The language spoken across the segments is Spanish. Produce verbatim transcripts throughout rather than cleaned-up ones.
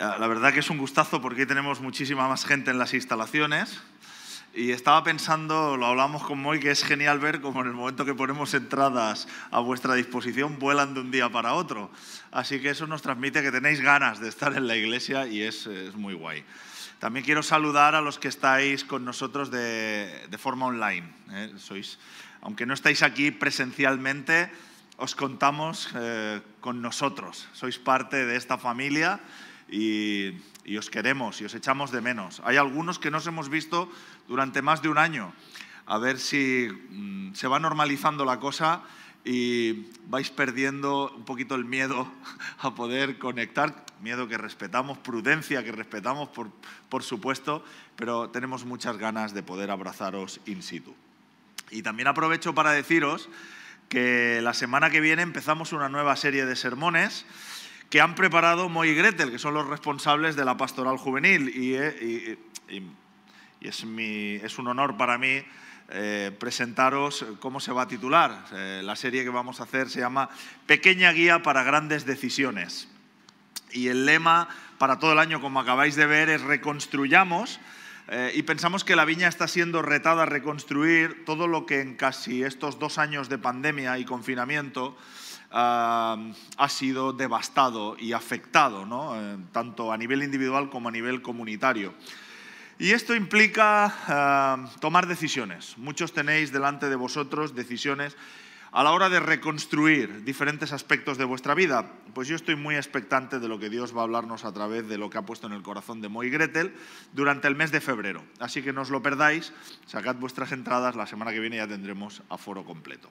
La verdad que es un gustazo porque hoy tenemos muchísima más gente en las instalaciones y estaba pensando, lo hablamos con Moy, que es genial ver cómo en el momento que ponemos entradas a vuestra disposición vuelan de un día para otro. Así que eso nos transmite que tenéis ganas de estar en la iglesia y es, es muy guay. También quiero saludar a los que estáis con nosotros de, de forma online. ¿eh? Sois, aunque no estáis aquí presencialmente, os contamos eh, con nosotros. Sois parte de esta familia. Y, y os queremos y os echamos de menos. Hay algunos que nos hemos visto durante más de un año. A ver si mmm, se va normalizando la cosa y vais perdiendo un poquito el miedo a poder conectar. Miedo que respetamos, prudencia que respetamos, por, por supuesto, pero tenemos muchas ganas de poder abrazaros in situ. Y también aprovecho para deciros que la semana que viene empezamos una nueva serie de sermones que han preparado Moy y Gretel, que son los responsables de la pastoral juvenil. Y, y, y, y es, mi, es un honor para mí eh, presentaros cómo se va a titular. Eh, la serie que vamos a hacer se llama Pequeña guía para grandes decisiones. Y el lema para todo el año, como acabáis de ver, es reconstruyamos. Eh, y pensamos que la Viña está siendo retada a reconstruir todo lo que en casi estos dos años de pandemia y confinamiento Uh, ha sido devastado y afectado, ¿no? eh, tanto a nivel individual como a nivel comunitario. Y esto implica uh, tomar decisiones. Muchos tenéis delante de vosotros decisiones a la hora de reconstruir diferentes aspectos de vuestra vida. Pues yo estoy muy expectante de lo que Dios va a hablarnos a través de lo que ha puesto en el corazón de Moy y Gretel durante el mes de febrero. Así que no os lo perdáis, sacad vuestras entradas, la semana que viene ya tendremos aforo completo.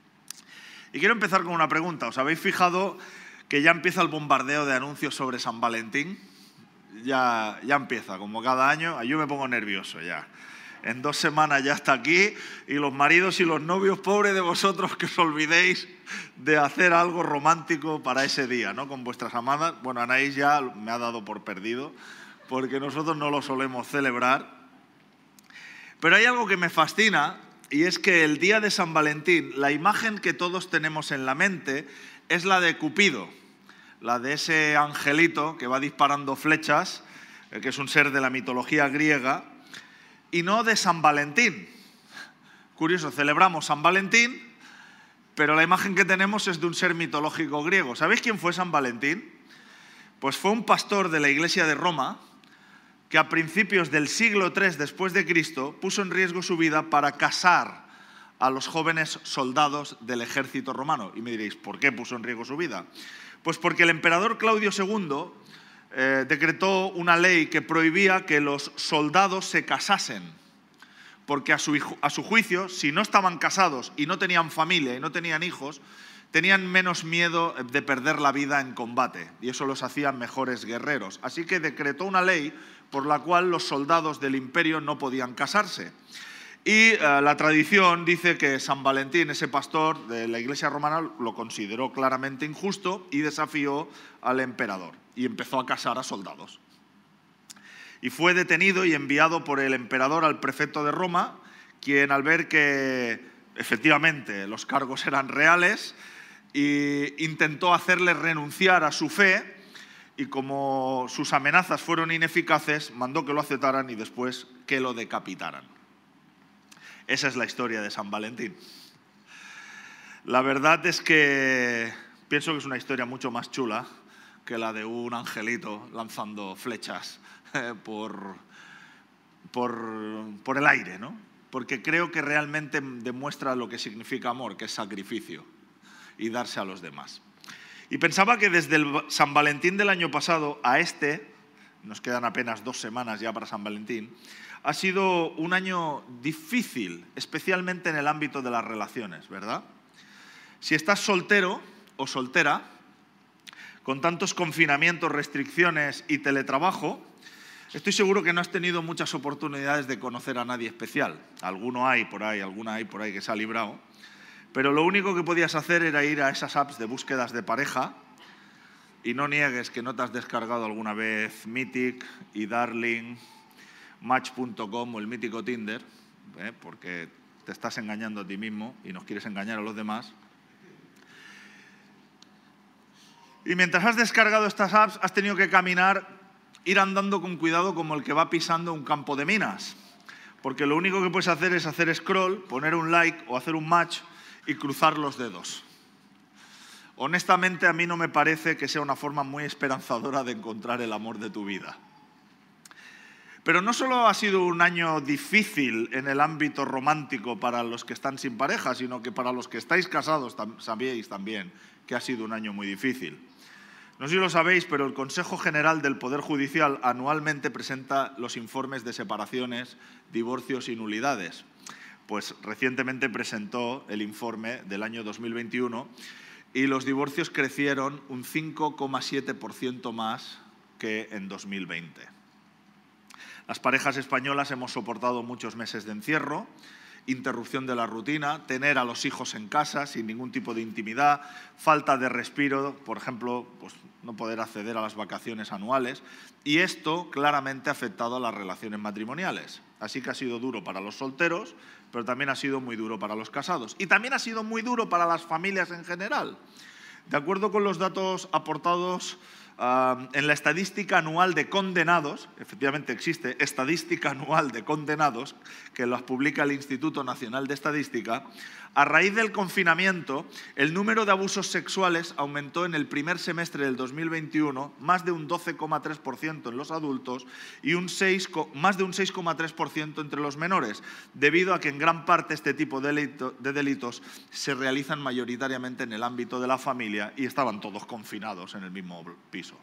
Y quiero empezar con una pregunta. ¿Os habéis fijado que ya empieza el bombardeo de anuncios sobre San Valentín? Ya, ya empieza, como cada año. Yo me pongo nervioso ya. En dos semanas ya está aquí y los maridos y los novios, pobres de vosotros que os olvidéis de hacer algo romántico para ese día, ¿no? Con vuestras amadas. Bueno, Anaís ya me ha dado por perdido porque nosotros no lo solemos celebrar. Pero hay algo que me fascina. Y es que el día de San Valentín, la imagen que todos tenemos en la mente es la de Cupido, la de ese angelito que va disparando flechas, que es un ser de la mitología griega, y no de San Valentín. Curioso, celebramos San Valentín, pero la imagen que tenemos es de un ser mitológico griego. ¿Sabéis quién fue San Valentín? Pues fue un pastor de la Iglesia de Roma, que a principios del siglo tercero después de Cristo puso en riesgo su vida para casar a los jóvenes soldados del ejército romano. Y me diréis, ¿por qué puso en riesgo su vida? Pues porque el emperador Claudio segundo eh, decretó una ley que prohibía que los soldados se casasen, porque a su, a su juicio, si no estaban casados y no tenían familia y no tenían hijos, tenían menos miedo de perder la vida en combate y eso los hacía mejores guerreros. Así que decretó una ley por la cual los soldados del imperio no podían casarse. Y uh, la tradición dice que San Valentín, ese pastor de la Iglesia romana, lo consideró claramente injusto y desafió al emperador y empezó a casar a soldados. Y fue detenido y enviado por el emperador al prefecto de Roma, quien al ver que efectivamente los cargos eran reales, e intentó hacerle renunciar a su fe. Y como sus amenazas fueron ineficaces, mandó que lo aceptaran y después que lo decapitaran. Esa es la historia de San Valentín. La verdad es que pienso que es una historia mucho más chula que la de un angelito lanzando flechas eh, por, por, por el aire, ¿no? Porque creo que realmente demuestra lo que significa amor, que es sacrificio y darse a los demás. Y pensaba que desde el San Valentín del año pasado a este, nos quedan apenas dos semanas ya para San Valentín, ha sido un año difícil, especialmente en el ámbito de las relaciones, ¿verdad? Si estás soltero o soltera, con tantos confinamientos, restricciones y teletrabajo, estoy seguro que no has tenido muchas oportunidades de conocer a nadie especial. Alguno hay por ahí, alguna hay por ahí que se ha librado. Pero lo único que podías hacer era ir a esas apps de búsquedas de pareja y no niegues que no te has descargado alguna vez Mythic, eDarling, Match punto com o el mítico Tinder, ¿eh? porque te estás engañando a ti mismo y nos quieres engañar a los demás. Y mientras has descargado estas apps, has tenido que caminar ir andando con cuidado como el que va pisando un campo de minas, porque lo único que puedes hacer es hacer scroll, poner un like o hacer un match y cruzar los dedos. Honestamente, a mí no me parece que sea una forma muy esperanzadora de encontrar el amor de tu vida. Pero no solo ha sido un año difícil en el ámbito romántico para los que están sin pareja, sino que para los que estáis casados sabéis también que ha sido un año muy difícil. No sé si lo sabéis, pero el Consejo General del Poder Judicial anualmente presenta los informes de separaciones, divorcios y nulidades. Pues recientemente presentó el informe del año dos mil veintiuno y los divorcios crecieron un cinco coma siete por ciento más que en dos mil veinte. Las parejas españolas hemos soportado muchos meses de encierro, interrupción de la rutina, tener a los hijos en casa sin ningún tipo de intimidad, falta de respiro, por ejemplo, pues no poder acceder a las vacaciones anuales, y esto claramente ha afectado a las relaciones matrimoniales. Así que ha sido duro para los solteros, pero también ha sido muy duro para los casados. Y también ha sido muy duro para las familias en general. De acuerdo con los datos aportados Uh, en la estadística anual de condenados, efectivamente existe estadística anual de condenados, que las publica el Instituto Nacional de Estadística, a raíz del confinamiento, el número de abusos sexuales aumentó en el primer semestre del dos mil veintiuno más de un doce coma tres por ciento en los adultos y un seis, más de un seis coma tres por ciento entre los menores, debido a que en gran parte este tipo de, delito, de delitos se realizan mayoritariamente en el ámbito de la familia y estaban todos confinados en el mismo piso.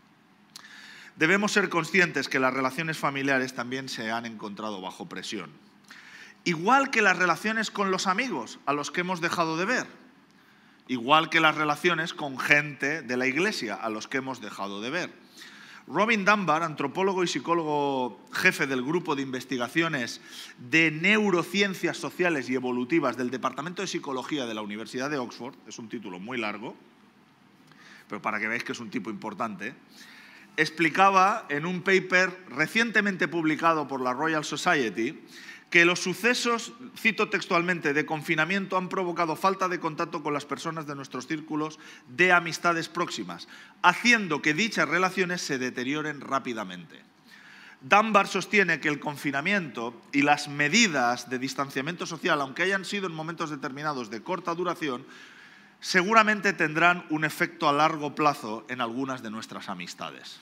Debemos ser conscientes que las relaciones familiares también se han encontrado bajo presión. Igual que las relaciones con los amigos a los que hemos dejado de ver. Igual que las relaciones con gente de la iglesia a los que hemos dejado de ver. Robin Dunbar, antropólogo y psicólogo jefe del grupo de investigaciones de neurociencias sociales y evolutivas del Departamento de Psicología de la Universidad de Oxford, es un título muy largo, pero para que veáis que es un tipo importante, explicaba en un paper recientemente publicado por la Royal Society que los sucesos, cito textualmente, de confinamiento han provocado falta de contacto con las personas de nuestros círculos de amistades próximas, haciendo que dichas relaciones se deterioren rápidamente. Dunbar sostiene que el confinamiento y las medidas de distanciamiento social, aunque hayan sido en momentos determinados de corta duración, seguramente tendrán un efecto a largo plazo en algunas de nuestras amistades.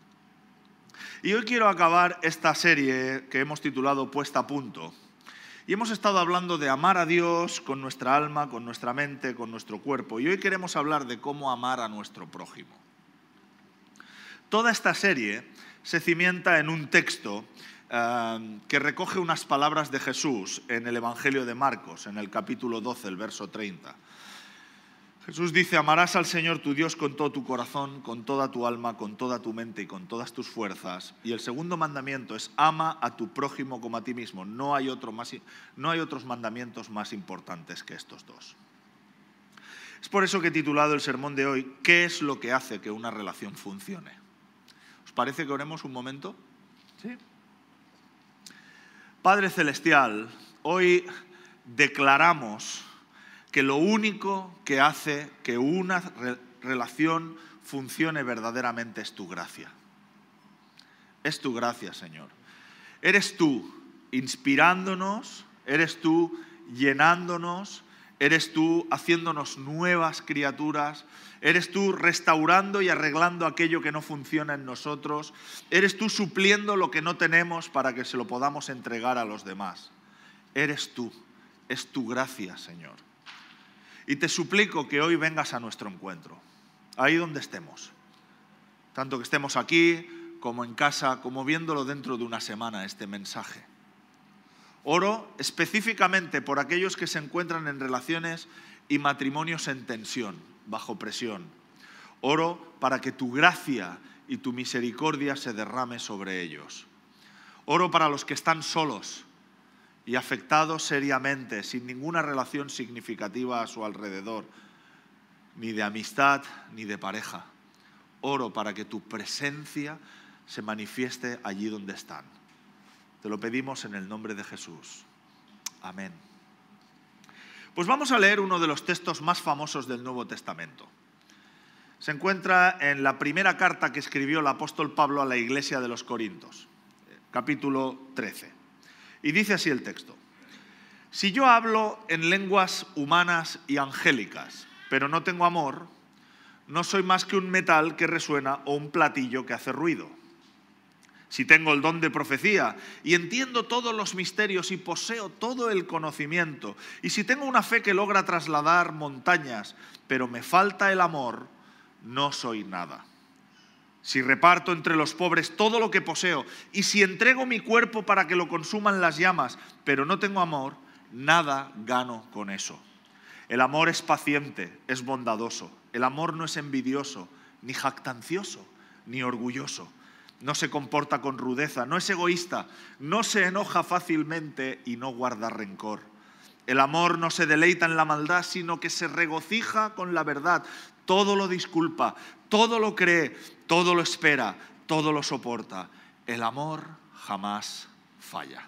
Y hoy quiero acabar esta serie que hemos titulado Puesta a Punto. Y hemos estado hablando de amar a Dios con nuestra alma, con nuestra mente, con nuestro cuerpo. Y hoy queremos hablar de cómo amar a nuestro prójimo. Toda esta serie se cimienta en un texto eh, que recoge unas palabras de Jesús en el Evangelio de Marcos, en el capítulo doce, el verso treinta. Jesús dice: amarás al Señor tu Dios con todo tu corazón, con toda tu alma, con toda tu mente y con todas tus fuerzas. Y el segundo mandamiento es: ama a tu prójimo como a ti mismo. No hay otro más, no hay otros mandamientos más importantes que estos dos. Es por eso que he titulado el sermón de hoy: ¿qué es lo que hace que una relación funcione? ¿Os parece que oremos un momento? ¿Sí? Padre Celestial, hoy declaramos que lo único que hace que una re- relación funcione verdaderamente es tu gracia. Es tu gracia, Señor. Eres tú inspirándonos, eres tú llenándonos, eres tú haciéndonos nuevas criaturas, eres tú restaurando y arreglando aquello que no funciona en nosotros, eres tú supliendo lo que no tenemos para que se lo podamos entregar a los demás. Eres tú, es tu gracia, Señor. Y te suplico que hoy vengas a nuestro encuentro, ahí donde estemos. Tanto que estemos aquí, como en casa, como viéndolo dentro de una semana, este mensaje. Oro específicamente por aquellos que se encuentran en relaciones y matrimonios en tensión, bajo presión. Oro para que tu gracia y tu misericordia se derrame sobre ellos. Oro para los que están solos y afectados seriamente, sin ninguna relación significativa a su alrededor, ni de amistad ni de pareja. Oro para que tu presencia se manifieste allí donde están. Te lo pedimos en el nombre de Jesús. Amén. Pues vamos a leer uno de los textos más famosos del Nuevo Testamento. se encuentra en la primera carta que escribió el apóstol Pablo a la iglesia de los Corintios, capítulo trece. Y dice así el texto: si yo hablo en lenguas humanas y angélicas, pero no tengo amor, no soy más que un metal que resuena o un platillo que hace ruido. Si tengo el don de profecía y entiendo todos los misterios y poseo todo el conocimiento, y si tengo una fe que logra trasladar montañas, pero me falta el amor, no soy nada. Si reparto entre los pobres todo lo que poseo, y si entrego mi cuerpo para que lo consuman las llamas, pero no tengo amor, nada gano con eso. El amor es paciente, es bondadoso. El amor no es envidioso, ni jactancioso, ni orgulloso. No se comporta con rudeza, no es egoísta, no se enoja fácilmente y no guarda rencor. El amor no se deleita en la maldad, sino que se regocija con la verdad. Todo lo disculpa, todo lo cree, todo lo espera, todo lo soporta. El amor jamás falla.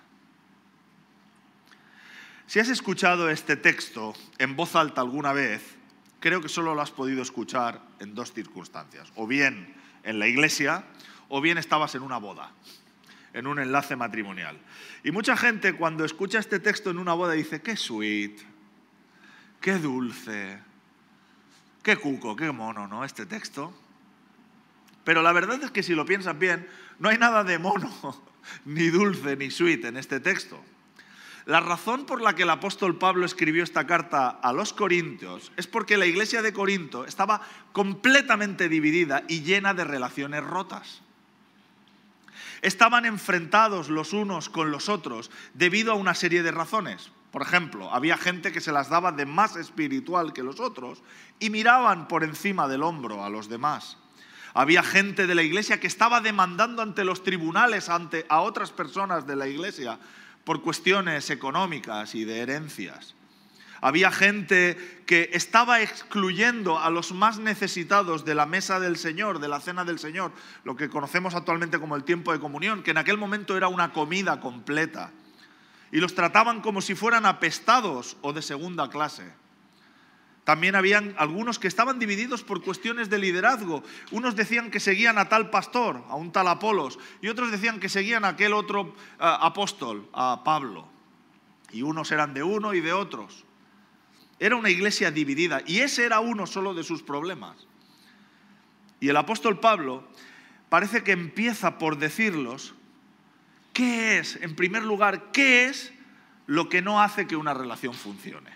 Si has escuchado este texto en voz alta alguna vez, creo que solo lo has podido escuchar en dos circunstancias. O bien en la iglesia, o bien estabas en una boda, en un enlace matrimonial. Y mucha gente cuando escucha este texto en una boda dice: qué sweet, qué dulce, qué cuco, qué mono, ¿no? Este texto. Pero la verdad es que si lo piensas bien, no hay nada de mono, ni dulce, ni sweet en este texto. La razón por la que el apóstol Pablo escribió esta carta a los Corintios es porque la iglesia de Corinto estaba completamente dividida y llena de relaciones rotas. Estaban enfrentados los unos con los otros debido a una serie de razones. Por ejemplo, había gente que se las daba de más espiritual que los otros y miraban por encima del hombro a los demás. Había gente de la iglesia que estaba demandando ante los tribunales ante, a otras personas de la iglesia por cuestiones económicas y de herencias. Había gente que estaba excluyendo a los más necesitados de la mesa del Señor, de la cena del Señor, lo que conocemos actualmente como el tiempo de comunión, que en aquel momento era una comida completa. Y los trataban como si fueran apestados o de segunda clase. También habían algunos que estaban divididos por cuestiones de liderazgo. Unos decían que seguían a tal pastor, a un tal Apolos, y otros decían que seguían a aquel otro uh, apóstol, a Pablo. Y unos eran de uno y de otros. Era una iglesia dividida, y ese era uno solo de sus problemas. Y el apóstol Pablo parece que empieza por decirlos qué es, en primer lugar, qué es lo que no hace que una relación funcione.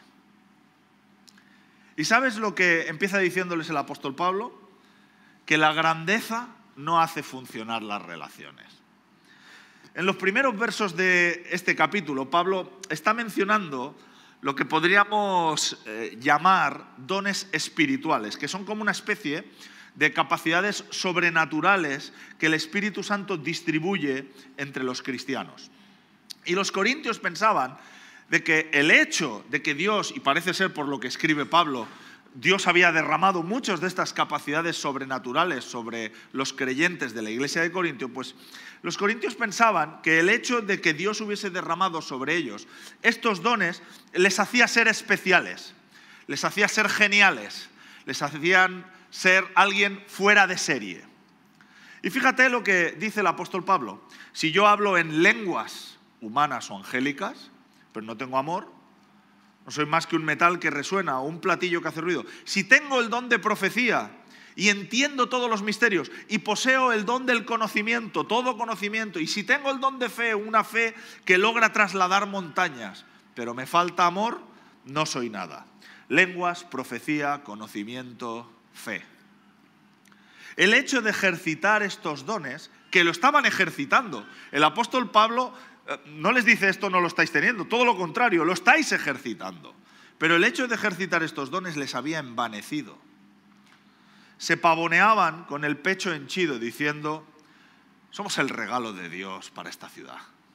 ¿Y sabes lo que empieza diciéndoles el apóstol Pablo? Que la grandeza no hace funcionar las relaciones. En los primeros versos de este capítulo, Pablo está mencionando lo que podríamos eh, llamar dones espirituales, que son como una especie de capacidades sobrenaturales que el Espíritu Santo distribuye entre los cristianos. Y los corintios pensaban de que el hecho de que Dios, y parece ser por lo que escribe Pablo, Dios había derramado muchas de estas capacidades sobrenaturales sobre los creyentes de la iglesia de Corintio, pues los corintios pensaban que el hecho de que Dios hubiese derramado sobre ellos estos dones les hacía ser especiales, les hacía ser geniales, les hacían ser alguien fuera de serie. Y fíjate lo que dice el apóstol Pablo: si yo hablo en lenguas humanas o angélicas, pero no tengo amor, no soy más que un metal que resuena o un platillo que hace ruido. Si tengo el don de profecía y entiendo todos los misterios y poseo el don del conocimiento, todo conocimiento, y si tengo el don de fe, una fe que logra trasladar montañas, pero me falta amor, no soy nada. Lenguas, profecía, conocimiento, fe. El hecho de ejercitar estos dones, que lo estaban ejercitando, el apóstol Pablo no les dice esto no lo estáis teniendo, todo lo contrario, lo estáis ejercitando. Pero el hecho de ejercitar estos dones les había envanecido. Se pavoneaban con el pecho henchido diciendo: somos el regalo de Dios para esta ciudad.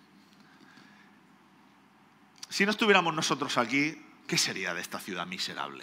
Si no estuviéramos nosotros aquí, ¿qué sería de esta ciudad miserable?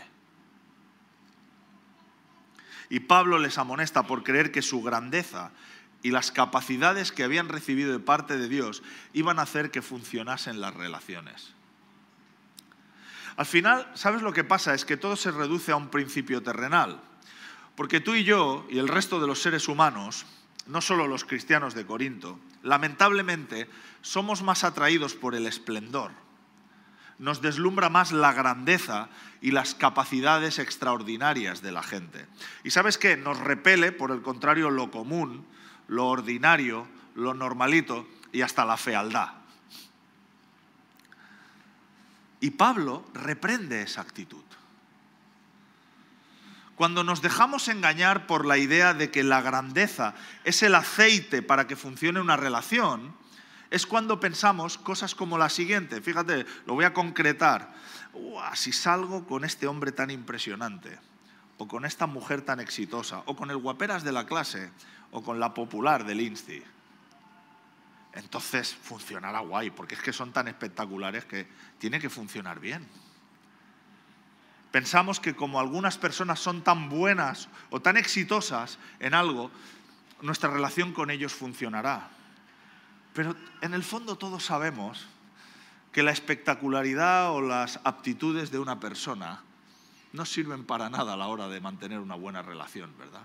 Y Pablo les amonesta por creer que su grandeza y las capacidades que habían recibido de parte de Dios iban a hacer que funcionasen las relaciones. Al final, ¿sabes lo que pasa? Es que todo se reduce a un principio terrenal. Porque tú y yo y el resto de los seres humanos, no solo los cristianos de Corinto, lamentablemente somos más atraídos por el esplendor. Nos deslumbra más la grandeza y las capacidades extraordinarias de la gente. ¿Y sabes qué? Nos repele, por el contrario, lo común, lo ordinario, lo normalito y hasta la fealdad. Y Pablo reprende esa actitud. Cuando nos dejamos engañar por la idea de que la grandeza es el aceite para que funcione una relación, es cuando pensamos cosas como la siguiente. Fíjate, lo voy a concretar. Uah, si salgo con este hombre tan impresionante, o con esta mujer tan exitosa, o con el guaperas de la clase, o con la popular del Insti, entonces funcionará guay, porque es que son tan espectaculares que tiene que funcionar bien. Pensamos que como algunas personas son tan buenas o tan exitosas en algo, nuestra relación con ellos funcionará. Pero en el fondo todos sabemos que la espectacularidad o las aptitudes de una persona no sirven para nada a la hora de mantener una buena relación, ¿verdad?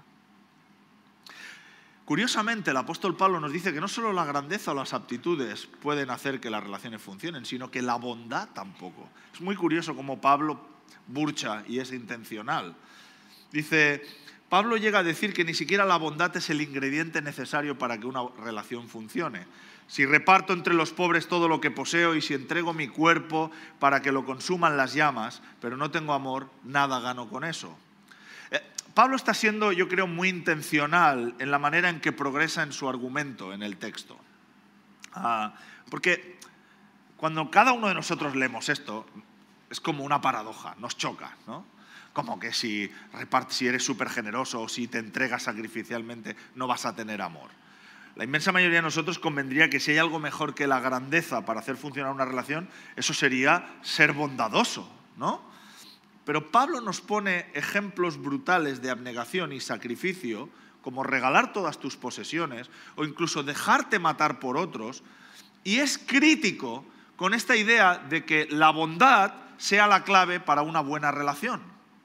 Curiosamente, el apóstol Pablo nos dice que no solo la grandeza o las aptitudes pueden hacer que las relaciones funcionen, sino que la bondad tampoco. Es muy curioso cómo Pablo burcha y es intencional. Dice, Pablo llega a decir que ni siquiera la bondad es el ingrediente necesario para que una relación funcione. Si reparto entre los pobres todo lo que poseo y si entrego mi cuerpo para que lo consuman las llamas, pero no tengo amor, nada gano con eso. Eh, Pablo está siendo, yo creo, muy intencional en la manera en que progresa en su argumento en el texto. Ah, porque cuando cada uno de nosotros leemos esto, es como una paradoja, nos choca, ¿no? Como que si, repartes, si eres súper generoso o si te entregas sacrificialmente, no vas a tener amor. La inmensa mayoría de nosotros convendría que si hay algo mejor que la grandeza para hacer funcionar una relación, eso sería ser bondadoso, ¿no? Pero Pablo nos pone ejemplos brutales de abnegación y sacrificio, como regalar todas tus posesiones o incluso dejarte matar por otros, y es crítico con esta idea de que la bondad sea la clave para una buena relación.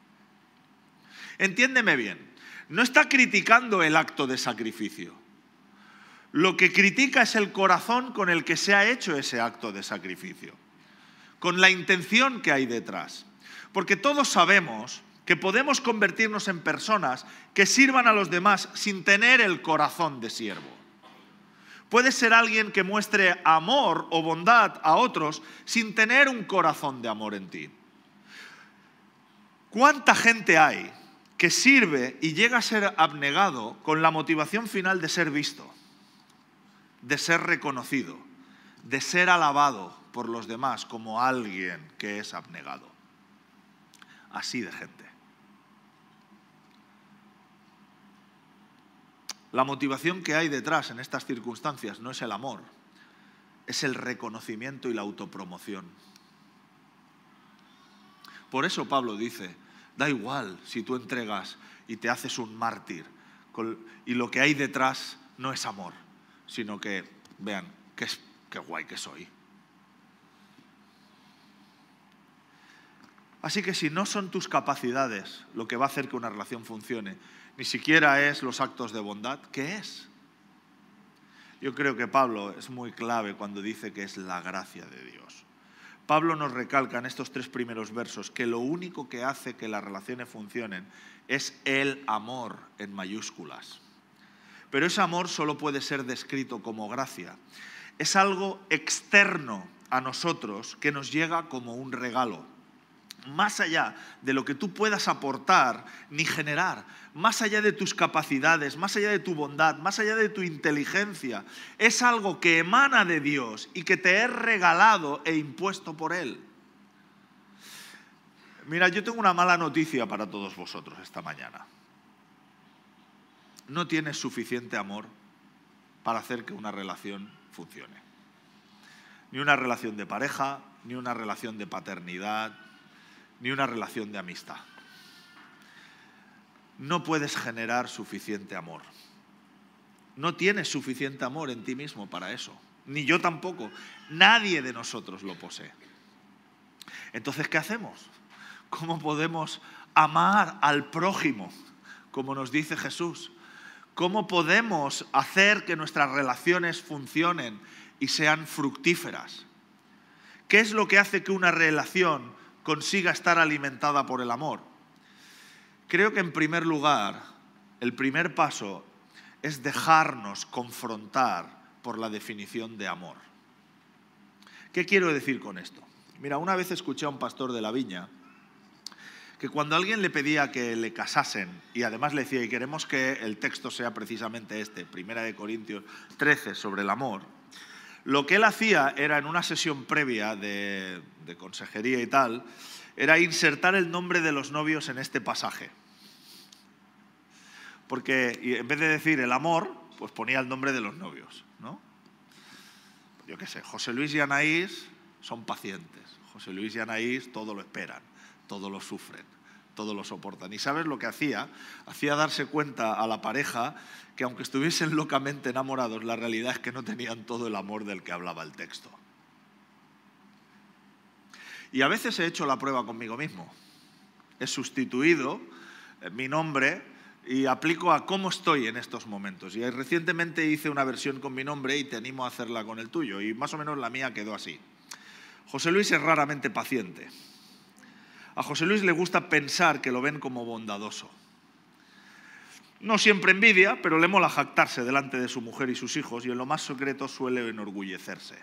Entiéndeme bien, no está criticando el acto de sacrificio. Lo que critica es el corazón con el que se ha hecho ese acto de sacrificio, con la intención que hay detrás. Porque todos sabemos que podemos convertirnos en personas que sirvan a los demás sin tener el corazón de siervo. Puedes ser alguien que muestre amor o bondad a otros sin tener un corazón de amor en ti. ¿Cuánta gente hay que sirve y llega a ser abnegado con la motivación final de ser visto, de ser reconocido, de ser alabado por los demás como alguien que es abnegado? Así de gente. La motivación que hay detrás en estas circunstancias no es el amor, es el reconocimiento y la autopromoción. Por eso Pablo dice, da igual si tú entregas y te haces un mártir y lo que hay detrás no es amor, sino que, vean, qué, qué guay que soy. Así que si no son tus capacidades lo que va a hacer que una relación funcione, ni siquiera es los actos de bondad, ¿qué es? Yo creo que Pablo es muy clave cuando dice que es la gracia de Dios. Pablo nos recalca en estos tres primeros versos que lo único que hace que las relaciones funcionen es el amor en mayúsculas. Pero ese amor solo puede ser descrito como gracia. Es algo externo a nosotros que nos llega como un regalo. Más allá de lo que tú puedas aportar ni generar, más allá de tus capacidades, más allá de tu bondad, más allá de tu inteligencia, es algo que emana de Dios y que te es regalado e impuesto por Él. Mira, yo tengo una mala noticia para todos vosotros esta mañana. No tienes suficiente amor para hacer que una relación funcione. Ni una relación de pareja, ni una relación de paternidad, ni una relación de amistad. No puedes generar suficiente amor. No tienes suficiente amor en ti mismo para eso. Ni yo tampoco. Nadie de nosotros lo posee. Entonces, ¿qué hacemos? ¿Cómo podemos amar al prójimo como nos dice Jesús? ¿Cómo podemos hacer que nuestras relaciones funcionen y sean fructíferas? ¿Qué es lo que hace que una relación consiga estar alimentada por el amor? Creo que en primer lugar, el primer paso es dejarnos confrontar por la definición de amor. ¿Qué quiero decir con esto? Mira, una vez escuché a un pastor de la Viña que cuando alguien le pedía que le casasen y además le decía, y queremos que el texto sea precisamente este, Primera de Corintios trece, sobre el amor, lo que él hacía era, en una sesión previa de, de consejería y tal, era insertar el nombre de los novios en este pasaje. Porque en vez de decir el amor, pues ponía el nombre de los novios, ¿no? Yo qué sé, José Luis y Anaís son pacientes. José Luis y Anaís todo lo esperan, todo lo sufren, todo lo soportan. ¿Y sabes lo que hacía? Hacía darse cuenta a la pareja que aunque estuviesen locamente enamorados, la realidad es que no tenían todo el amor del que hablaba el texto. Y a veces he hecho la prueba conmigo mismo. He sustituido mi nombre y aplico a cómo estoy en estos momentos. Y recientemente hice una versión con mi nombre y te animo a hacerla con el tuyo. Y más o menos la mía quedó así. José Luis es raramente paciente. A José Luis le gusta pensar que lo ven como bondadoso. No siempre envidia, pero le mola jactarse delante de su mujer y sus hijos y en lo más secreto suele enorgullecerse.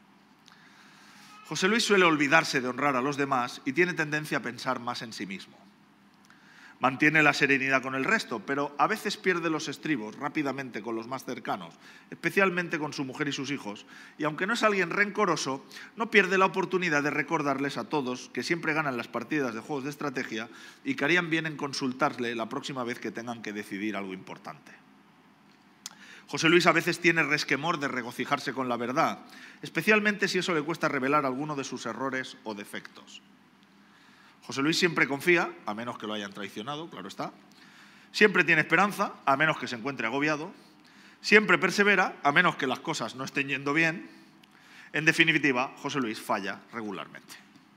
José Luis suele olvidarse de honrar a los demás y tiene tendencia a pensar más en sí mismo. Mantiene la serenidad con el resto, pero a veces pierde los estribos rápidamente con los más cercanos, especialmente con su mujer y sus hijos, y aunque no es alguien rencoroso, no pierde la oportunidad de recordarles a todos que siempre ganan las partidas de juegos de estrategia y que harían bien en consultarle la próxima vez que tengan que decidir algo importante. José Luis a veces tiene resquemor de regocijarse con la verdad, especialmente si eso le cuesta revelar alguno de sus errores o defectos. José Luis siempre confía, a menos que lo hayan traicionado, claro está. Siempre tiene esperanza, a menos que se encuentre agobiado. Siempre persevera, a menos que las cosas no estén yendo bien. En definitiva, José Luis falla regularmente.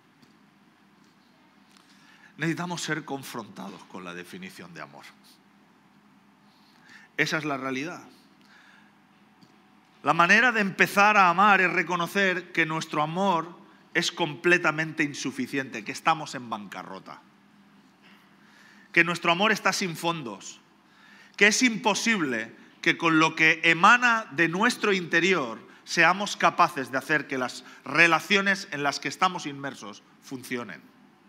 Necesitamos ser confrontados con la definición de amor. Esa es la realidad. La manera de empezar a amar es reconocer que nuestro amor es completamente insuficiente, que estamos en bancarrota, que nuestro amor está sin fondos, que es imposible que con lo que emana de nuestro interior seamos capaces de hacer que las relaciones en las que estamos inmersos funcionen.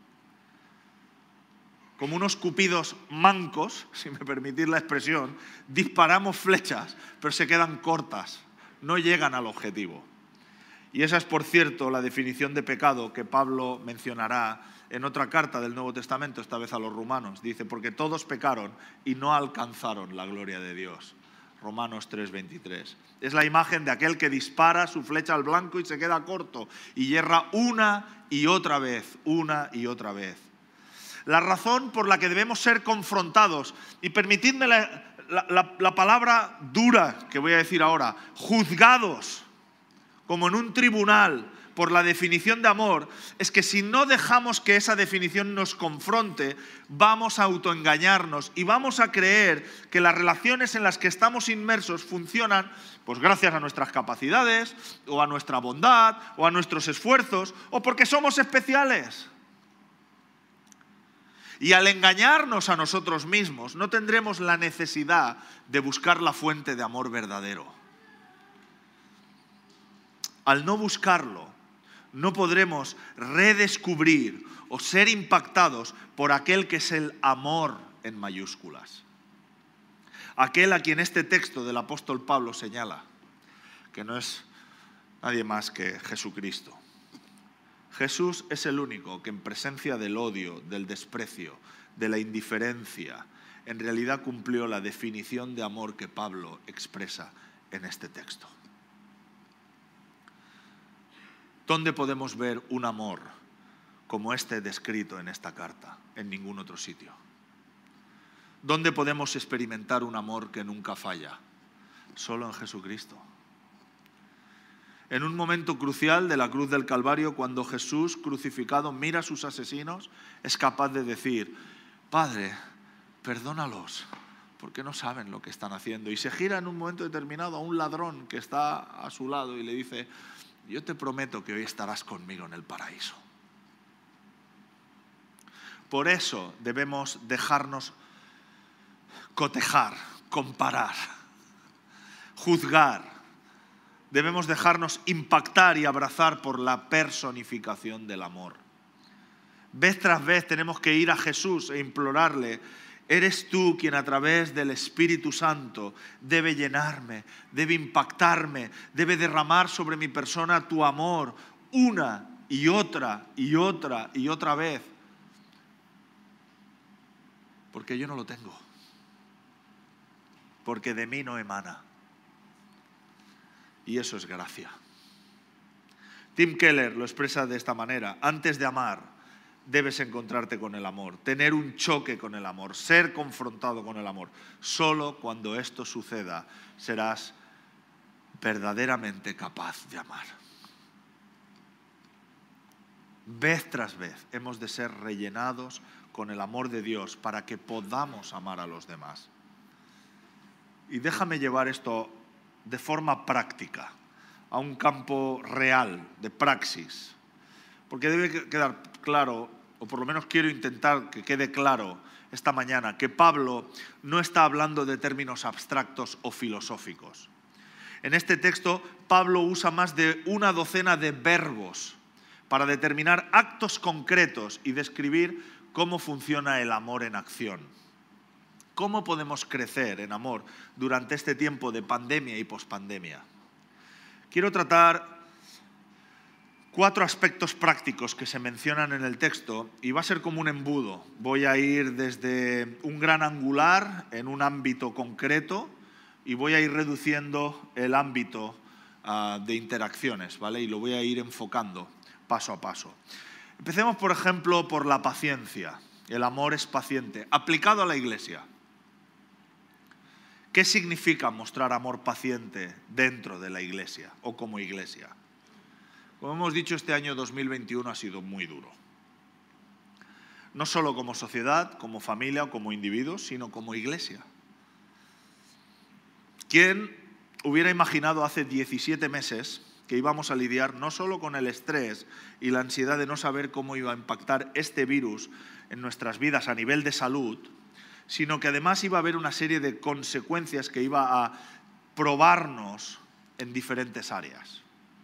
Como unos cupidos mancos, si me permitís la expresión, disparamos flechas, pero se quedan cortas, no llegan al objetivo. Y esa es, por cierto, la definición de pecado que Pablo mencionará en otra carta del Nuevo Testamento, esta vez a los romanos. Dice, porque todos pecaron y no alcanzaron la gloria de Dios. Romanos tres veintitrés. Es la imagen de aquel que dispara su flecha al blanco y se queda corto y yerra una y otra vez, una y otra vez. La razón por la que debemos ser confrontados, y permitidme la, la, la, la palabra dura que voy a decir ahora, juzgados, como en un tribunal, por la definición de amor, es que si no dejamos que esa definición nos confronte, vamos a autoengañarnos y vamos a creer que las relaciones en las que estamos inmersos funcionan pues gracias a nuestras capacidades, o a nuestra bondad, o a nuestros esfuerzos, o porque somos especiales. Y al engañarnos a nosotros mismos, no tendremos la necesidad de buscar la fuente de amor verdadero. Al no buscarlo, no podremos redescubrir o ser impactados por aquel que es el amor en mayúsculas. Aquel a quien este texto del apóstol Pablo señala, que no es nadie más que Jesucristo. Jesús es el único que en presencia del odio, del desprecio, de la indiferencia, en realidad cumplió la definición de amor que Pablo expresa en este texto. ¿Dónde podemos ver un amor como este descrito en esta carta? En ningún otro sitio. ¿Dónde podemos experimentar un amor que nunca falla? Solo en Jesucristo. En un momento crucial de la cruz del Calvario, cuando Jesús crucificado mira a sus asesinos, es capaz de decir, Padre, perdónalos, porque no saben lo que están haciendo. Y se gira en un momento determinado a un ladrón que está a su lado y le dice, yo te prometo que hoy estarás conmigo en el paraíso. Por eso debemos dejarnos cotejar, comparar, juzgar. Debemos dejarnos impactar y abrazar por la personificación del amor. Vez tras vez tenemos que ir a Jesús e implorarle, eres tú quien a través del Espíritu Santo debe llenarme, debe impactarme, debe derramar sobre mi persona tu amor una y otra y otra y otra vez. Porque yo no lo tengo. Porque de mí no emana. Y eso es gracia. Tim Keller lo expresa de esta manera. Antes de amar, debes encontrarte con el amor, tener un choque con el amor, ser confrontado con el amor. Solo cuando esto suceda, serás verdaderamente capaz de amar. Vez tras vez hemos de ser rellenados con el amor de Dios para que podamos amar a los demás. Y déjame llevar esto de forma práctica, a un campo real, de praxis. Porque debe quedar claro, o por lo menos quiero intentar que quede claro esta mañana, que Pablo no está hablando de términos abstractos o filosóficos. En este texto, Pablo usa más de una docena de verbos para determinar actos concretos y describir cómo funciona el amor en acción. ¿Cómo podemos crecer en amor durante este tiempo de pandemia y pospandemia? Quiero tratar cuatro aspectos prácticos que se mencionan en el texto y va a ser como un embudo. Voy a ir desde un gran angular en un ámbito concreto y voy a ir reduciendo el ámbito uh, de interacciones, ¿vale? Y lo voy a ir enfocando paso a paso. Empecemos, por ejemplo, por la paciencia. El amor es paciente, aplicado a la Iglesia. ¿Qué significa mostrar amor paciente dentro de la Iglesia o como Iglesia? Como hemos dicho, este año dos mil veintiuno ha sido muy duro. No solo como sociedad, como familia o como individuos, sino como Iglesia. ¿Quién hubiera imaginado hace diecisiete meses que íbamos a lidiar no solo con el estrés y la ansiedad de no saber cómo iba a impactar este virus en nuestras vidas a nivel de salud, sino que además iba a haber una serie de consecuencias que iba a probarnos en diferentes áreas?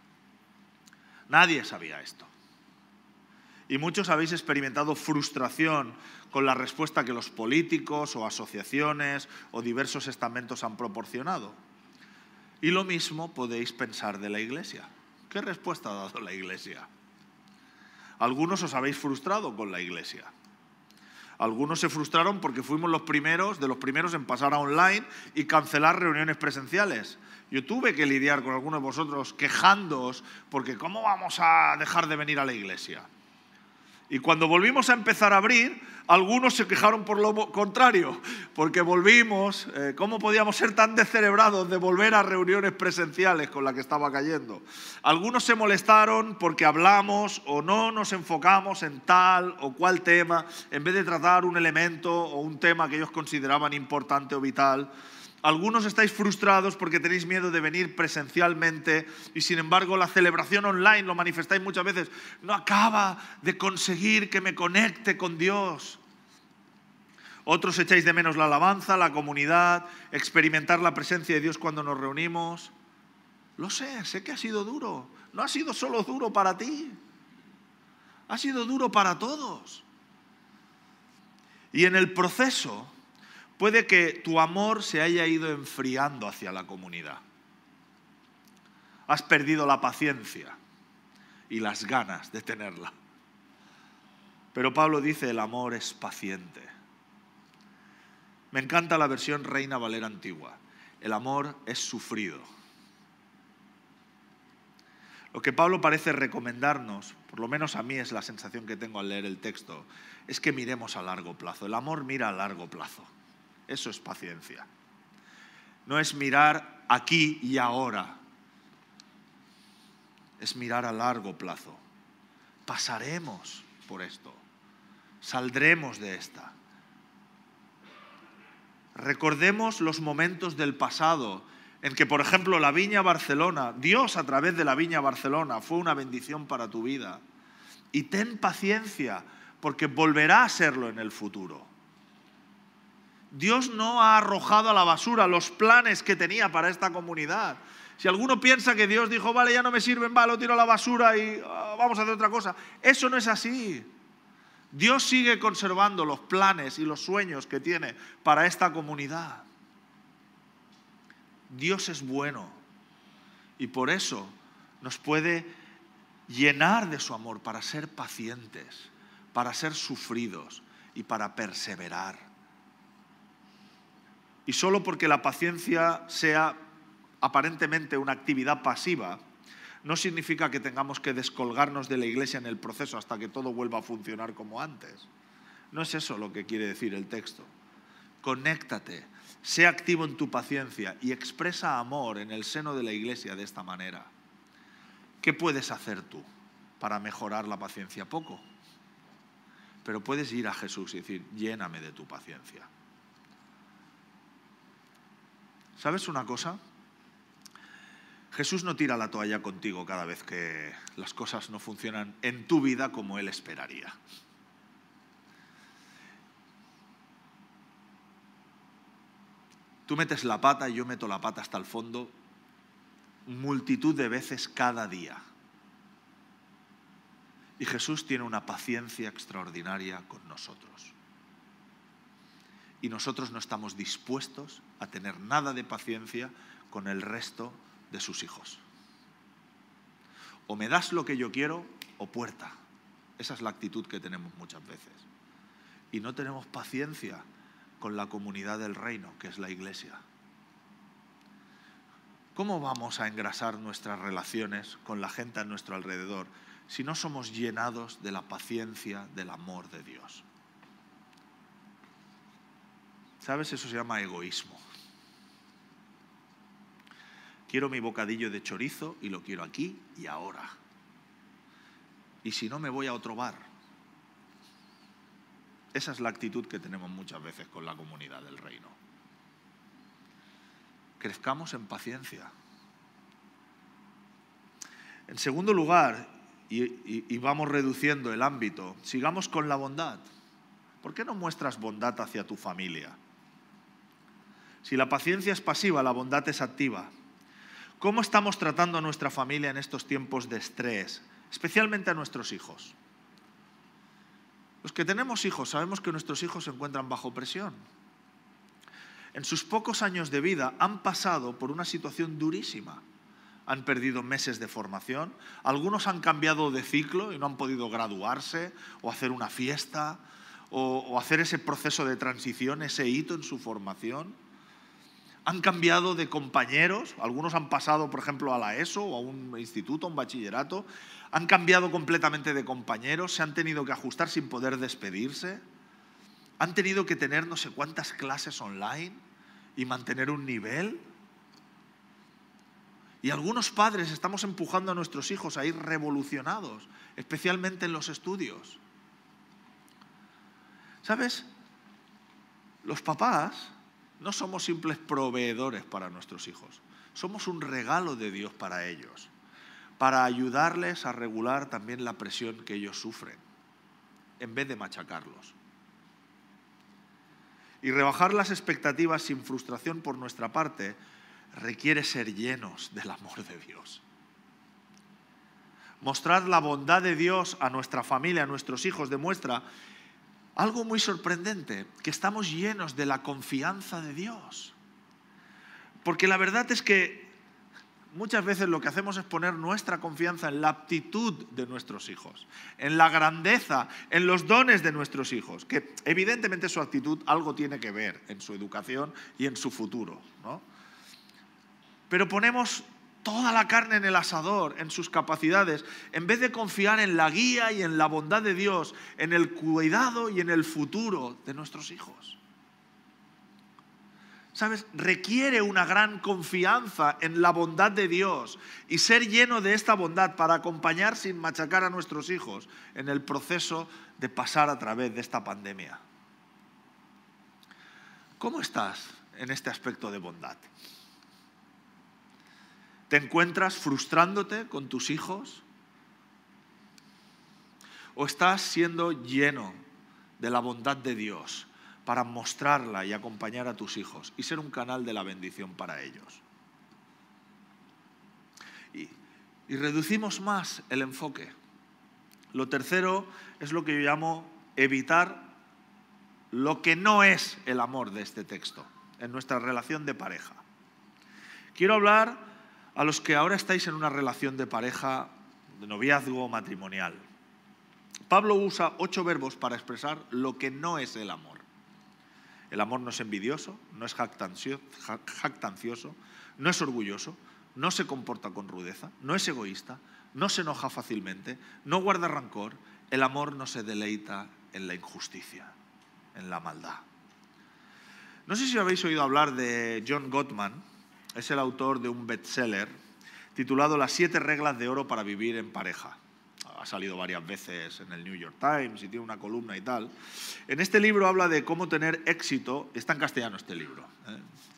Nadie sabía esto. Y muchos habéis experimentado frustración con la respuesta que los políticos o asociaciones o diversos estamentos han proporcionado. Y lo mismo podéis pensar de la Iglesia. ¿Qué respuesta ha dado la Iglesia? Algunos os habéis frustrado con la Iglesia. Algunos se frustraron porque fuimos los primeros, de los primeros en pasar a online y cancelar reuniones presenciales. Yo tuve que lidiar con algunos de vosotros quejándoos porque ¿cómo vamos a dejar de venir a la Iglesia? Y cuando volvimos a empezar a abrir, algunos se quejaron por lo contrario, porque volvimos, eh, ¿cómo podíamos ser tan descerebrados de volver a reuniones presenciales con la que estaba cayendo? Algunos se molestaron porque hablamos o no nos enfocamos en tal o cual tema, en vez de tratar un elemento o un tema que ellos consideraban importante o vital. Algunos estáis frustrados porque tenéis miedo de venir presencialmente y sin embargo la celebración online, lo manifestáis muchas veces, no acaba de conseguir que me conecte con Dios. Otros echáis de menos la alabanza, la comunidad, experimentar la presencia de Dios cuando nos reunimos. Lo sé, sé que ha sido duro. No ha sido solo duro para ti, ha sido duro para todos. Y en el proceso puede que tu amor se haya ido enfriando hacia la comunidad. Has perdido la paciencia y las ganas de tenerla. Pero Pablo dice, el amor es paciente. Me encanta la versión Reina Valera antigua. El amor es sufrido. Lo que Pablo parece recomendarnos, por lo menos a mí es la sensación que tengo al leer el texto, es que miremos a largo plazo. El amor mira a largo plazo. Eso es paciencia. No es mirar aquí y ahora. Es mirar a largo plazo. Pasaremos por esto. Saldremos de esta. Recordemos los momentos del pasado en que, por ejemplo, la Viña Barcelona, Dios a través de la Viña Barcelona fue una bendición para tu vida. Y ten paciencia, porque volverá a serlo en el futuro. Dios no ha arrojado a la basura los planes que tenía para esta comunidad. Si alguno piensa que Dios dijo, vale, ya no me sirven, vale, lo tiro a la basura y uh, vamos a hacer otra cosa. Eso no es así. Dios sigue conservando los planes y los sueños que tiene para esta comunidad. Dios es bueno y por eso nos puede llenar de su amor para ser pacientes, para ser sufridos y para perseverar. Y solo porque la paciencia sea aparentemente una actividad pasiva, no significa que tengamos que descolgarnos de la iglesia en el proceso hasta que todo vuelva a funcionar como antes. No es eso lo que quiere decir el texto. Conéctate, sé activo en tu paciencia y expresa amor en el seno de la iglesia de esta manera. ¿Qué puedes hacer tú para mejorar la paciencia? Poco. Pero puedes ir a Jesús y decir, lléname de tu paciencia. ¿Sabes una cosa? Jesús no tira la toalla contigo cada vez que las cosas no funcionan en tu vida como Él esperaría. Tú metes la pata y yo meto la pata hasta el fondo multitud de veces cada día. Y Jesús tiene una paciencia extraordinaria con nosotros. Y nosotros no estamos dispuestos a tener nada de paciencia con el resto de sus hijos. O me das lo que yo quiero o puerta. Esa es la actitud que tenemos muchas veces. Y no tenemos paciencia con la comunidad del reino, que es la iglesia. ¿Cómo vamos a engrasar nuestras relaciones con la gente a nuestro alrededor si no somos llenados de la paciencia, del amor de Dios? ¿Sabes? Eso se llama egoísmo. Quiero mi bocadillo de chorizo y lo quiero aquí y ahora. Y si no, me voy a otro bar. Esa es la actitud que tenemos muchas veces con la comunidad del reino. Crezcamos en paciencia. En segundo lugar, y, y, y vamos reduciendo el ámbito, sigamos con la bondad. ¿Por qué no muestras bondad hacia tu familia? Si la paciencia es pasiva, la bondad es activa. ¿Cómo estamos tratando a nuestra familia en estos tiempos de estrés, especialmente a nuestros hijos? Los que tenemos hijos sabemos que nuestros hijos se encuentran bajo presión. En sus pocos años de vida han pasado por una situación durísima. Han perdido meses de formación, algunos han cambiado de ciclo y no han podido graduarse o hacer una fiesta o, o hacer ese proceso de transición, ese hito en su formación. Han cambiado de compañeros, algunos han pasado, por ejemplo, a la ESO o a un instituto, a un bachillerato. Han cambiado completamente de compañeros, se han tenido que ajustar sin poder despedirse. Han tenido que tener no sé cuántas clases online y mantener un nivel. Y algunos padres estamos empujando a nuestros hijos a ir revolucionados, especialmente en los estudios. ¿Sabes? Los papás no somos simples proveedores para nuestros hijos. Somos un regalo de Dios para ellos, para ayudarles a regular también la presión que ellos sufren, en vez de machacarlos. Y rebajar las expectativas sin frustración por nuestra parte requiere ser llenos del amor de Dios. Mostrar la bondad de Dios a nuestra familia, a nuestros hijos, demuestra algo muy sorprendente, que estamos llenos de la confianza de Dios. Porque la verdad es que muchas veces lo que hacemos es poner nuestra confianza en la aptitud de nuestros hijos, en la grandeza, en los dones de nuestros hijos, que evidentemente su actitud algo tiene que ver en su educación y en su futuro, ¿no? Pero ponemos toda la carne en el asador, en sus capacidades, en vez de confiar en la guía y en la bondad de Dios, en el cuidado y en el futuro de nuestros hijos. ¿Sabes? Requiere una gran confianza en la bondad de Dios y ser lleno de esta bondad para acompañar sin machacar a nuestros hijos en el proceso de pasar a través de esta pandemia. ¿Cómo estás en este aspecto de bondad? ¿Te encuentras frustrándote con tus hijos? ¿O estás siendo lleno de la bondad de Dios para mostrarla y acompañar a tus hijos y ser un canal de la bendición para ellos? Y, y reducimos más el enfoque. Lo tercero es lo que yo llamo evitar lo que no es el amor de este texto en nuestra relación de pareja. Quiero hablar a los que ahora estáis en una relación de pareja, de noviazgo matrimonial. Pablo usa ocho verbos para expresar lo que no es el amor. El amor no es envidioso, no es jactancioso, no es orgulloso, no se comporta con rudeza, no es egoísta, no se enoja fácilmente, no guarda rencor. El amor no se deleita en la injusticia, en la maldad. No sé si habéis oído hablar de John Gottman. Es el autor de un bestseller titulado Las siete reglas de oro para vivir en pareja. Ha salido varias veces en el New York Times y tiene una columna y tal. En este libro habla de cómo tener éxito. Está en castellano este libro. ¿eh?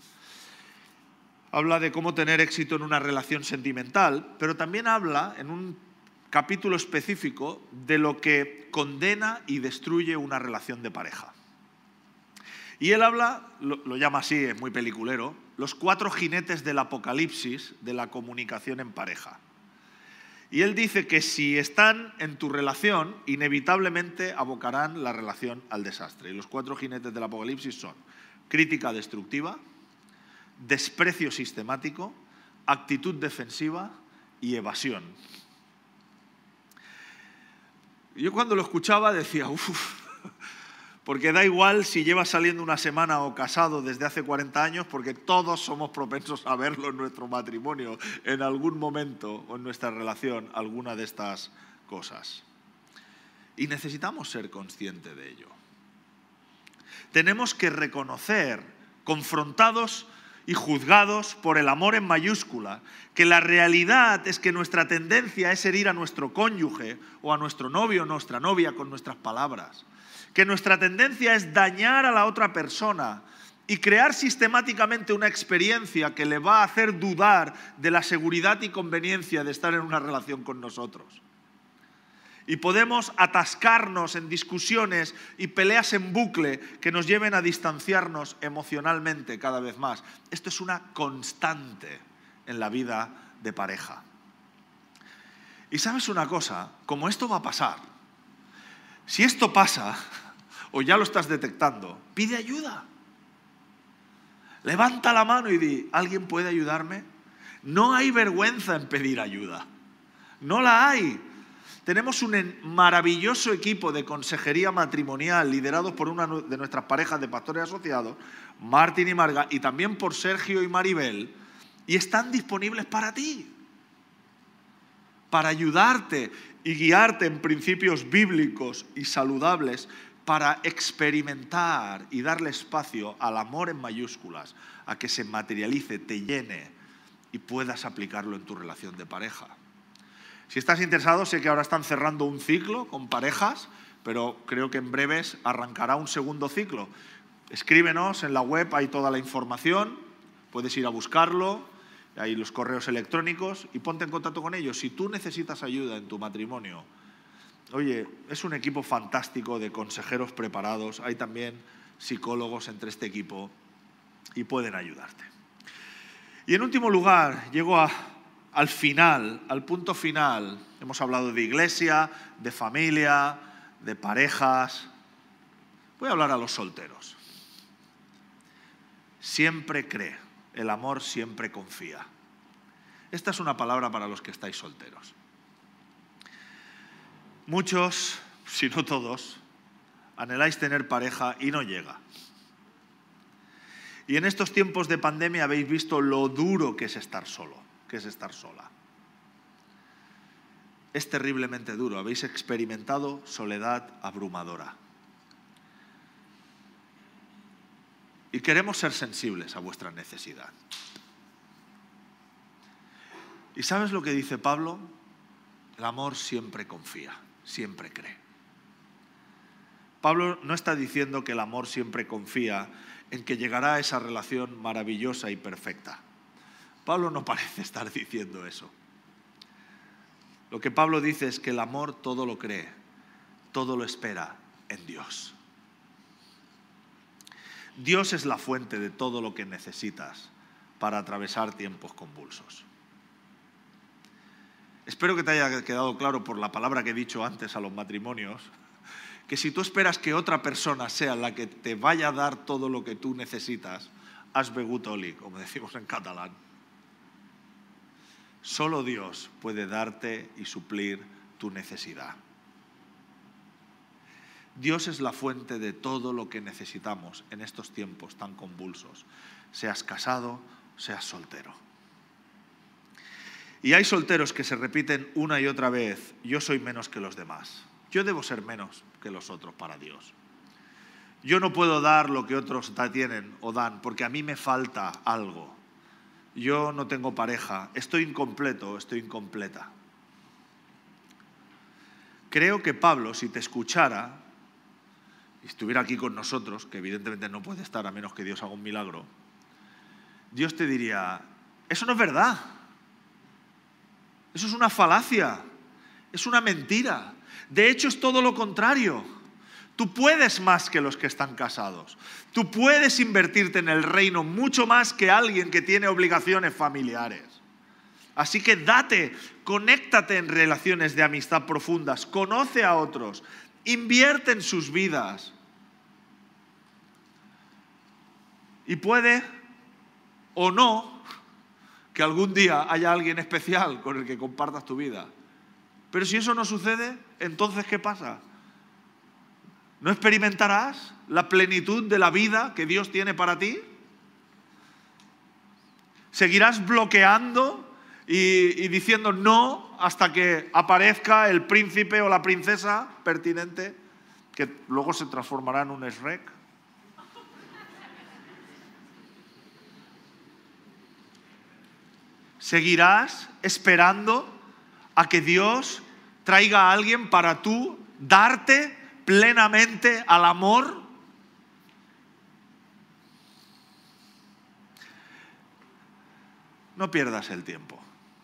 Habla de cómo tener éxito en una relación sentimental, pero también habla en un capítulo específico de lo que condena y destruye una relación de pareja. Y él habla, lo, lo llama así, es muy peliculero, los cuatro jinetes del apocalipsis de la comunicación en pareja. Y él dice que si están en tu relación, inevitablemente abocarán la relación al desastre. Y los cuatro jinetes del apocalipsis son crítica destructiva, desprecio sistemático, actitud defensiva y evasión. Yo cuando lo escuchaba decía, uff, porque da igual si llevas saliendo una semana o casado desde hace cuarenta años, porque todos somos propensos a verlo en nuestro matrimonio, en algún momento o en nuestra relación, alguna de estas cosas. Y necesitamos ser conscientes de ello. Tenemos que reconocer, confrontados y juzgados por el amor en mayúscula, que la realidad es que nuestra tendencia es herir a nuestro cónyuge o a nuestro novio o nuestra novia con nuestras palabras. Que nuestra tendencia es dañar a la otra persona y crear sistemáticamente una experiencia que le va a hacer dudar de la seguridad y conveniencia de estar en una relación con nosotros. Y podemos atascarnos en discusiones y peleas en bucle que nos lleven a distanciarnos emocionalmente cada vez más. Esto es una constante en la vida de pareja. Y ¿sabes una cosa? Como esto va a pasar, si esto pasa, o ya lo estás detectando, pide ayuda. Levanta la mano y di, ¿alguien puede ayudarme? No hay vergüenza en pedir ayuda. No la hay. Tenemos un maravilloso equipo de consejería matrimonial liderados por una de nuestras parejas de pastores asociados, Martín y Marga, y también por Sergio y Maribel, y están disponibles para ti, para ayudarte y guiarte en principios bíblicos y saludables para experimentar y darle espacio al amor en mayúsculas, a que se materialice, te llene y puedas aplicarlo en tu relación de pareja. Si estás interesado, sé que ahora están cerrando un ciclo con parejas, pero creo que en breves arrancará un segundo ciclo. Escríbenos en la web, hay toda la información, puedes ir a buscarlo, hay los correos electrónicos y ponte en contacto con ellos. Si tú necesitas ayuda en tu matrimonio, oye, es un equipo fantástico de consejeros preparados, hay también psicólogos entre este equipo y pueden ayudarte. Y en último lugar, llego a, al final, al punto final. Hemos hablado de iglesia, de familia, de parejas. Voy a hablar a los solteros. Siempre cree, el amor siempre confía. Esta es una palabra para los que estáis solteros. Muchos, si no todos, anheláis tener pareja y no llega. Y en estos tiempos de pandemia habéis visto lo duro que es estar solo, que es estar sola. Es terriblemente duro, habéis experimentado soledad abrumadora. Y queremos ser sensibles a vuestra necesidad. ¿Y sabes lo que dice Pablo? El amor siempre confía, siempre cree. Pablo no está diciendo que el amor siempre confía en que llegará a esa relación maravillosa y perfecta. Pablo no parece estar diciendo eso. Lo que Pablo dice es que el amor todo lo cree, todo lo espera en Dios. Dios es la fuente de todo lo que necesitas para atravesar tiempos convulsos. Espero que te haya quedado claro por la palabra que he dicho antes a los matrimonios, que si tú esperas que otra persona sea la que te vaya a dar todo lo que tú necesitas, has begut oli, como decimos en catalán. Solo Dios puede darte y suplir tu necesidad. Dios es la fuente de todo lo que necesitamos en estos tiempos tan convulsos, seas casado, seas soltero. Y hay solteros que se repiten una y otra vez: yo soy menos que los demás. Yo debo ser menos que los otros para Dios. Yo no puedo dar lo que otros tienen o dan porque a mí me falta algo. Yo no tengo pareja, estoy incompleto, estoy incompleta. Creo que Pablo, si te escuchara y estuviera aquí con nosotros, que evidentemente no puede estar a menos que Dios haga un milagro, Dios te diría: eso no es verdad. Eso es una falacia, es una mentira. De hecho, es todo lo contrario. Tú puedes más que los que están casados. Tú puedes invertirte en el reino mucho más que alguien que tiene obligaciones familiares. Así que date, conéctate en relaciones de amistad profundas, conoce a otros, invierte en sus vidas. Y puede o no que algún día haya alguien especial con el que compartas tu vida. Pero si eso no sucede, entonces ¿qué pasa? ¿No experimentarás la plenitud de la vida que Dios tiene para ti? ¿Seguirás bloqueando y, y diciendo no hasta que aparezca el príncipe o la princesa pertinente, que luego se transformará en un Shrek? ¿Seguirás esperando a que Dios traiga a alguien para tú darte plenamente al amor? No pierdas el tiempo.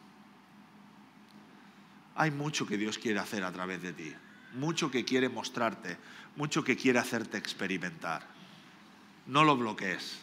Hay mucho que Dios quiere hacer a través de ti, mucho que quiere mostrarte, mucho que quiere hacerte experimentar. No lo bloquees.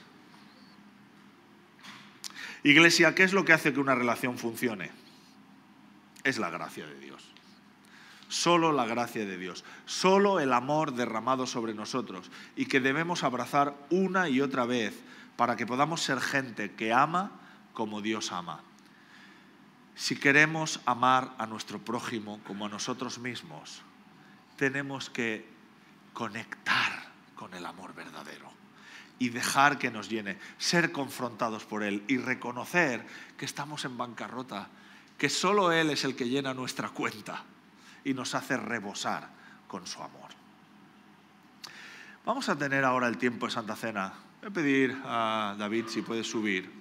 Iglesia, ¿qué es lo que hace que una relación funcione? Es la gracia de Dios. Solo la gracia de Dios. Solo el amor derramado sobre nosotros y que debemos abrazar una y otra vez para que podamos ser gente que ama como Dios ama. Si queremos amar a nuestro prójimo como a nosotros mismos, tenemos que conectar con el amor verdadero y dejar que nos llene, ser confrontados por Él y reconocer que estamos en bancarrota, que solo Él es el que llena nuestra cuenta y nos hace rebosar con su amor. Vamos a tener ahora el tiempo de Santa Cena. Voy a pedir a David si puede subir.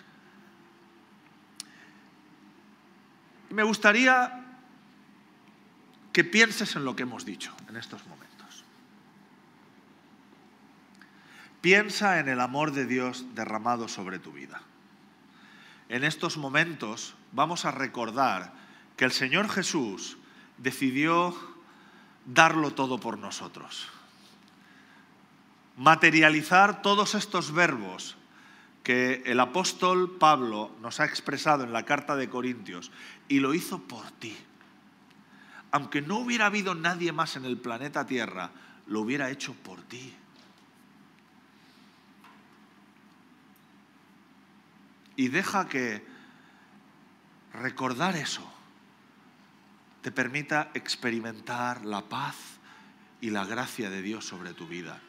Me gustaría que pienses en lo que hemos dicho en estos momentos. Piensa en el amor de Dios derramado sobre tu vida. En estos momentos vamos a recordar que el Señor Jesús decidió darlo todo por nosotros. Materializar todos estos verbos que el apóstol Pablo nos ha expresado en la carta de Corintios, y lo hizo por ti. Aunque no hubiera habido nadie más en el planeta Tierra, lo hubiera hecho por ti. Y deja que recordar eso te permita experimentar la paz y la gracia de Dios sobre tu vida.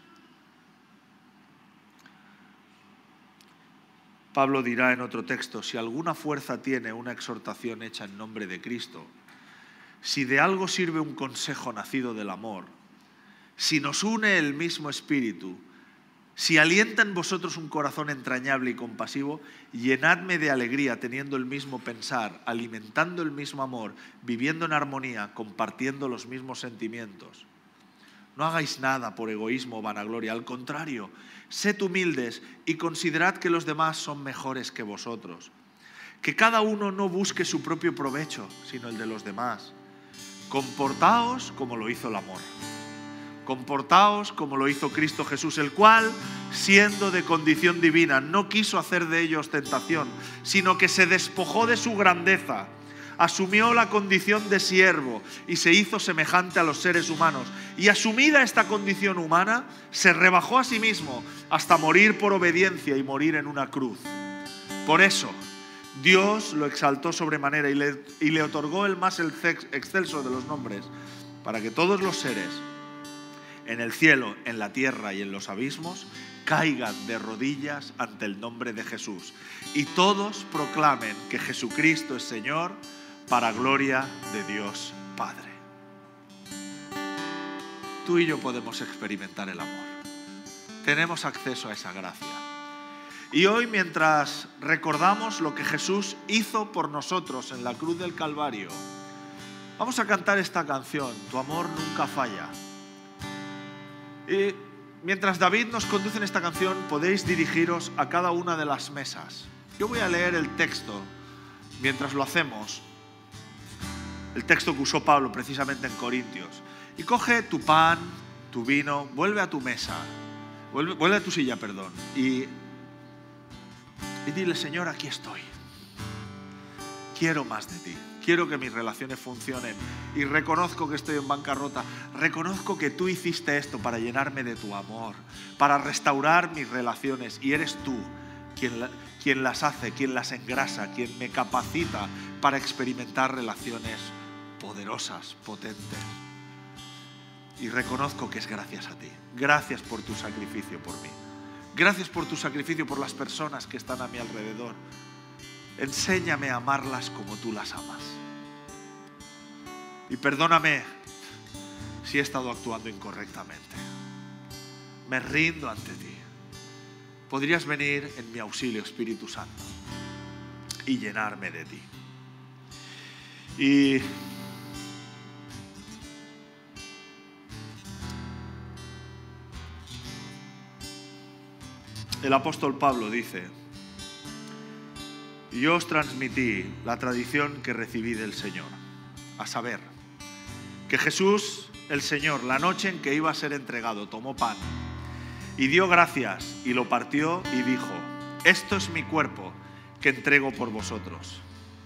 Pablo dirá en otro texto: si alguna fuerza tiene una exhortación hecha en nombre de Cristo, si de algo sirve un consejo nacido del amor, si nos une el mismo espíritu, si alienta en vosotros un corazón entrañable y compasivo, llenadme de alegría teniendo el mismo pensar, alimentando el mismo amor, viviendo en armonía, compartiendo los mismos sentimientos. No hagáis nada por egoísmo o vanagloria. Al contrario, sed humildes y considerad que los demás son mejores que vosotros. Que cada uno no busque su propio provecho, sino el de los demás. Comportaos como lo hizo el amor. Comportaos como lo hizo Cristo Jesús, el cual, siendo de condición divina, no quiso hacer de ello ostentación, sino que se despojó de su grandeza, asumió la condición de siervo y se hizo semejante a los seres humanos. Y asumida esta condición humana, se rebajó a sí mismo hasta morir por obediencia y morir en una cruz. Por eso, Dios lo exaltó sobremanera y le, y le otorgó el más excelso de los nombres, para que todos los seres, en el cielo, en la tierra y en los abismos, caigan de rodillas ante el nombre de Jesús y todos proclamen que Jesucristo es Señor, para gloria de Dios Padre. Tú y yo podemos experimentar el amor. Tenemos acceso a esa gracia. Y hoy, mientras recordamos lo que Jesús hizo por nosotros en la cruz del Calvario, vamos a cantar esta canción, Tu amor nunca falla. Y mientras David nos conduce en esta canción, podéis dirigiros a cada una de las mesas. Yo voy a leer el texto mientras lo hacemos, el texto que usó Pablo precisamente en Corintios. Y coge tu pan, tu vino, vuelve a tu mesa, vuelve, vuelve a tu silla, perdón, y, y dile: Señor, aquí estoy. Quiero más de ti. Quiero que mis relaciones funcionen y reconozco que estoy en bancarrota. Reconozco que tú hiciste esto para llenarme de tu amor, para restaurar mis relaciones, y eres tú quien, la, quien las hace, quien las engrasa, quien me capacita para experimentar relaciones poderosas, potentes. Y reconozco que es gracias a ti. Gracias por tu sacrificio por mí. Gracias por tu sacrificio por las personas que están a mi alrededor. Enséñame a amarlas como tú las amas. Y perdóname si he estado actuando incorrectamente. Me rindo ante ti. Podrías venir en mi auxilio, Espíritu Santo, y llenarme de ti. Y el apóstol Pablo dice: yo os transmití la tradición que recibí del Señor, a saber, que Jesús, el Señor, la noche en que iba a ser entregado, tomó pan y dio gracias y lo partió y dijo: esto es mi cuerpo que entrego por vosotros.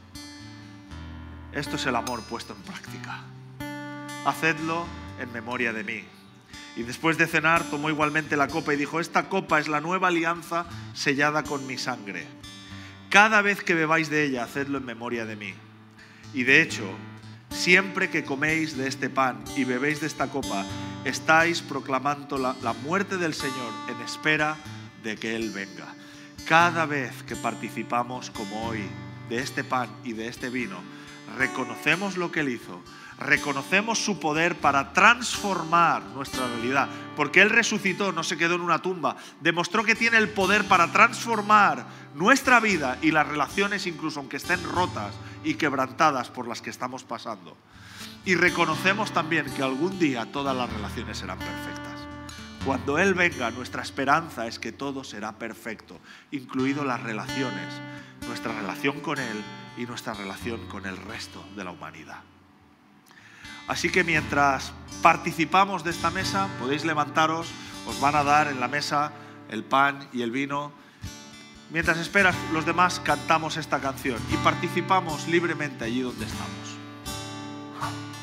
Esto es el amor puesto en práctica. Hacedlo en memoria de mí. Y después de cenar tomó igualmente la copa y dijo: esta copa es la nueva alianza sellada con mi sangre. Cada vez que bebáis de ella, hacedlo en memoria de mí. Y de hecho, siempre que coméis de este pan y bebéis de esta copa, estáis proclamando la, la muerte del Señor en espera de que Él venga. Cada vez que participamos, como hoy, de este pan y de este vino, reconocemos lo que Él hizo, reconocemos su poder para transformar nuestra realidad, porque Él resucitó, no se quedó en una tumba, demostró que tiene el poder para transformar nuestra vida y las relaciones, incluso aunque estén rotas y quebrantadas por las que estamos pasando. Y reconocemos también que algún día todas las relaciones serán perfectas. Cuando Él venga, nuestra esperanza es que todo será perfecto, incluido las relaciones, nuestra relación con Él y nuestra relación con el resto de la humanidad. Así que mientras participamos de esta mesa, podéis levantaros, os van a dar en la mesa el pan y el vino. Mientras esperas, los demás cantamos esta canción y participamos libremente allí donde estamos.